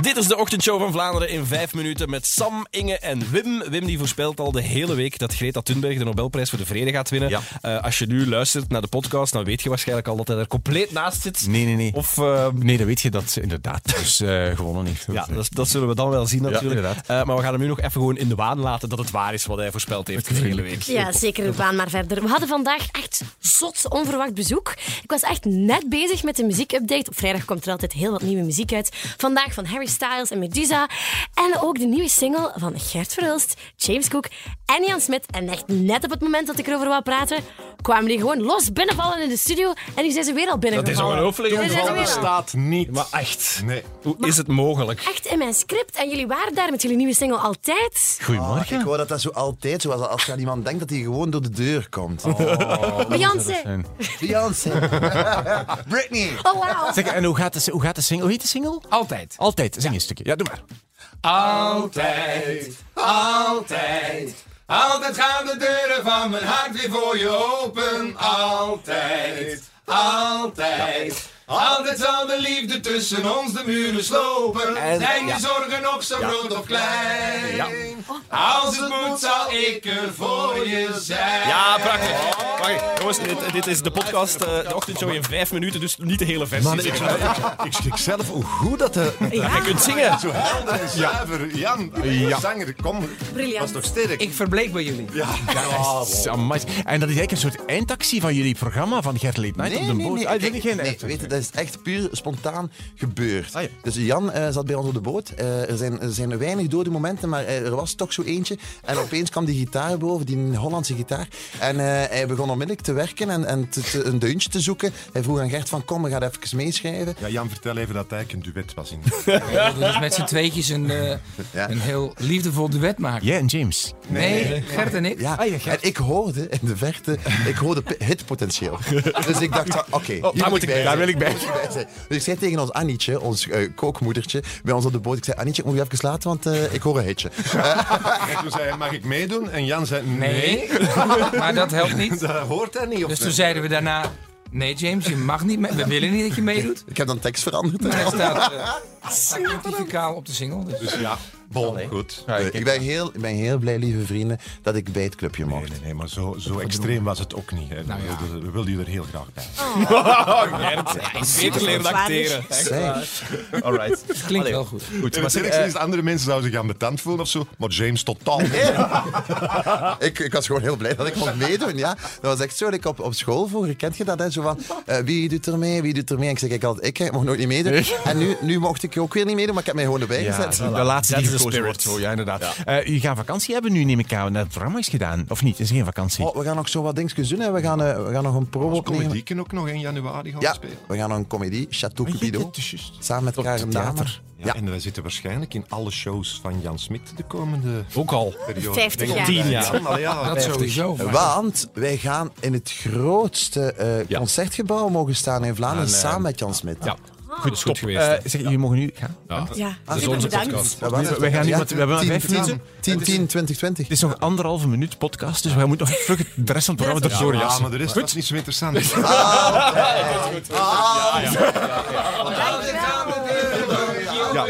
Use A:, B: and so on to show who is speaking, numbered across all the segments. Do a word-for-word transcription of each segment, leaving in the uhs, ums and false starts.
A: Dit is de ochtendshow van Vlaanderen in vijf minuten met Sam, Inge en Wim. Wim die voorspelt al de hele week dat Greta Thunberg de Nobelprijs voor de Vrede gaat winnen. Ja. Uh, als je nu luistert naar de podcast, dan weet je waarschijnlijk al dat hij er compleet naast zit.
B: Nee, nee, nee.
A: Of, uh,
B: nee, dan weet je dat ze inderdaad dus uh, gewonnen heeft.
A: Ja, dat, dat zullen we dan wel zien natuurlijk. Ja, uh, maar we gaan hem nu nog even gewoon in de waan laten dat het waar is wat hij voorspeld heeft de hele week.
C: Ja, zeker de waan maar verder. We hadden vandaag echt zot onverwacht bezoek. Ik was echt net bezig met de muziekupdate. Op vrijdag komt er altijd heel wat nieuwe muziek uit. Vandaag van Harry Styles en Medusa. En ook de nieuwe single van Gert Verhulst, James Cook en Jan Smit. En echt net op het moment dat ik erover wou praten, kwamen die gewoon los binnenvallen in de studio. En nu zijn ze weer al binnengevallen.
A: Dat is ongelooflijk.
D: Dat bestaat niet.
A: Maar echt,
D: nee.
A: Hoe
C: maar
A: is het mogelijk?
C: Echt in mijn script. En jullie waren daar met jullie nieuwe single Altijd.
B: Goedemorgen.
E: Oh, ik hoor dat dat zo altijd zo was. Als je aan iemand denkt dat hij gewoon door de deur komt.
C: Oh. Beyoncé.
E: Beyoncé. Britney.
C: Oh, wow.
B: Zeg, en hoe gaat, de, hoe gaat de single? Hoe heet de single?
F: Altijd.
B: Altijd. Zing een stukje. Ja, doe maar.
F: Altijd, altijd, altijd gaan de deuren van mijn hart weer voor je open. Altijd, altijd. Altijd zal de liefde tussen ons de muren slopen. En, zijn je ja. zorgen nog zo ja. groot of klein? Ja. Als het moet zal ik er voor je zijn.
A: Ja, prachtig. Oh. Jongens, dit, dit is de podcast, uh, de ochtendshow in vijf minuten, dus niet de hele versie.
D: Man, ik, ik schrik zelf hoe goed dat de,
A: ja. je kunt zingen.
D: Zo helder en zuiver. Jan, ja. zanger, kom.
C: Briljant.
D: Was toch sterk?
F: Ik verbleek bij jullie.
B: Ja. ja oh, wow. En dat is eigenlijk een soort eindactie van jullie programma van Gert Late Night
E: nee,
B: op de
E: nee,
B: boot.
E: nee,
B: Ah,
E: nee,
B: geen
E: nee, weet je, dat is echt puur spontaan gebeurd.
B: Ah, ja.
E: Dus Jan uh, zat bij ons op de boot. Uh, er, zijn, er zijn weinig dode momenten, maar uh, er was toch zo eentje. En opeens kwam die gitaar boven, die Hollandse gitaar. En uh, hij begon onmiddellijk te werken en, en te, te, een deuntje te zoeken. Hij vroeg aan Gert van, kom, we gaan even meeschrijven.
D: Ja, Jan, vertel even dat het eigenlijk een duet was. In
F: ja, dus met z'n tweetjes een, uh, ja. een heel liefdevol duet maken.
B: Jij en James?
F: Nee, nee, Gert en ik.
E: Ja, ah, ja, en ik hoorde in de verte, ik hoorde hitpotentieel. Dus ik dacht, oké, okay,
A: oh, daar, moet ik bij,
E: daar
A: wil ik bij
E: zijn. Dus ik zei tegen ons Annietje, ons uh, kookmoedertje, bij ons op de boot, ik zei, Annietje, moet je even laten, want uh, ik hoor een hitje.
D: En toen zei hij, mag ik meedoen? En Jan zei, nee. nee.
F: Maar dat helpt niet.
D: Dat hoort hij niet. Of
F: dus
D: nee?
F: Toen zeiden we daarna, nee James, je mag niet mee. We willen niet dat je meedoet.
E: Ik heb dan tekst veranderd.
F: Maar hij staat uh, pontificaal op de single. Dus,
D: dus ja, bon, goed.
E: Ja, ik, ik, ben heel, ik ben heel blij, lieve vrienden, dat ik bij het clubje mocht.
D: Nee, nee, nee maar zo, zo extreem was het ook niet. Hè. Nou, ja. we, we wilden je er heel graag bij.
A: Oh, Gert. Ja, beter leren acteren.
E: Alright.
F: Klinkt Allee. wel goed.
D: goed maar zeg, uh, is andere mensen zouden zich aan betand voelen of zo, maar James totaal niet.
E: ik, ik was gewoon heel blij dat ik mocht meedoen. Ja. Dat was echt zo. Ik op, op school vroeger, kent je dat? Hè? Zo van, uh, wie doet er mee, wie doet er mee? En ik zeg ik altijd, ik, ik mocht nooit niet meedoen. En nu, nu mocht ik ook weer niet meedoen, maar ik heb mij gewoon erbij
B: ja,
E: gezet.
B: De laatste die gekozen wordt. Zo, ja, inderdaad. Ja. Uh, jullie gaan vakantie hebben nu, neem ik aan. Dat programma is gedaan. Of niet? Is er geen vakantie?
E: Oh, we gaan nog zo wat dingetjes doen. Hè. We, gaan, uh, we gaan nog een promo opnemen.
D: Comedie ook nog in januari gaan
E: ja,
D: spelen.
E: We gaan nog een comedie, Chateau Cupido. Samen met Karen
B: Theater.
D: Ja, ja, en wij zitten waarschijnlijk in alle shows van Jan Smit de komende
A: ook al
D: periode.
C: vijftig jaar.
A: tien jaar.
D: Ja, ja,
F: dat sowieso.
E: Want wij gaan in het grootste uh, ja. concertgebouw mogen staan in Vlaanderen en, uh, samen met Jan Smit.
A: Ja.
B: Goed, goed, goed geweest. Uh, zeg, jullie mogen nu gaan.
C: Ja, ja.
A: Dat is onze podcast.
E: Ja,
B: we, we gaan nu, want we hebben nog vijf minuten.
E: tien, tien, twintig, twintig.
B: Het is nog anderhalve minuut podcast, dus we moeten nog vlug de rest van het programma erdoor jassen.
D: Ja, maar de rest was niet zo interessant.
E: Ah, okay.
A: Goed, goed. Ah, ja, ja. Ja.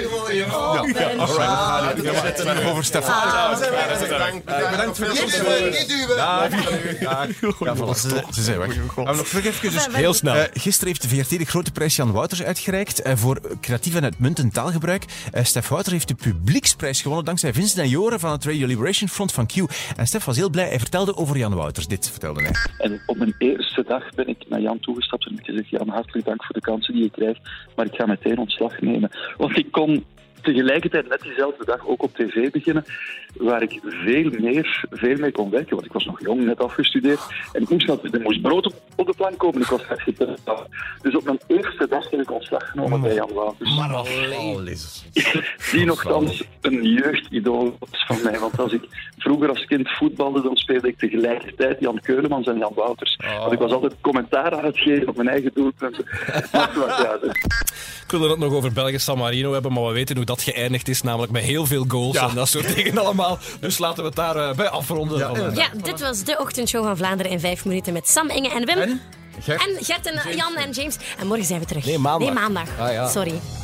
B: Ja, we zetten nog over Stefan.
D: Bedankt voor het
E: niet duwen.
B: Ze zijn weg. We hebben nog vlug even, dus
A: heel snel.
B: Uh, gisteren heeft de V R T de grote prijs Jan Wouters uitgereikt uh, voor creatief en uitmuntend taalgebruik. Uh, Stef Wouter heeft de publieksprijs gewonnen dankzij Vincent en Joren van het Radio Liberation Front van Q. En Stef was heel blij. Hij vertelde over Jan Wouters. Dit vertelde hij.
G: En op mijn eerste dag ben ik naar Jan toegestapt en heb gezegd, Jan, hartelijk dank voor de kansen die je krijgt, maar ik ga meteen ontslag nemen. Want ik kon tegelijkertijd net diezelfde dag ook op tv beginnen, waar ik veel meer veel mee kon werken, want ik was nog jong, net afgestudeerd, en ik moest, er moest brood op, op de plank komen, ik was echt geteld. Dus op mijn eerste dag heb ik ontslag genomen bij Jan Wouters.
B: Maar alleen.
G: Die nogthans een jeugdidool was van mij, want als ik vroeger als kind voetbalde, dan speelde ik tegelijkertijd Jan Keulemans en Jan Wouters. Oh. Want ik was altijd commentaar aan het geven op mijn eigen doelpunten. Ja,
A: ik wilde het nog over Belgisch-San Marino hebben, maar we weten hoe dat geëindigd is, namelijk met heel veel goals ja. en dat soort dingen allemaal. Dus laten we het daar uh, bij afronden.
C: Ja, van, uh, ja, dit was de ochtendshow van Vlaanderen in vijf minuten met Sam, Inge en Wim.
A: En Gert,
C: en, Gert en Jan en James. En morgen zijn we terug.
A: Nee, maandag.
C: Nee, maandag.
A: Ah, ja.
C: Sorry.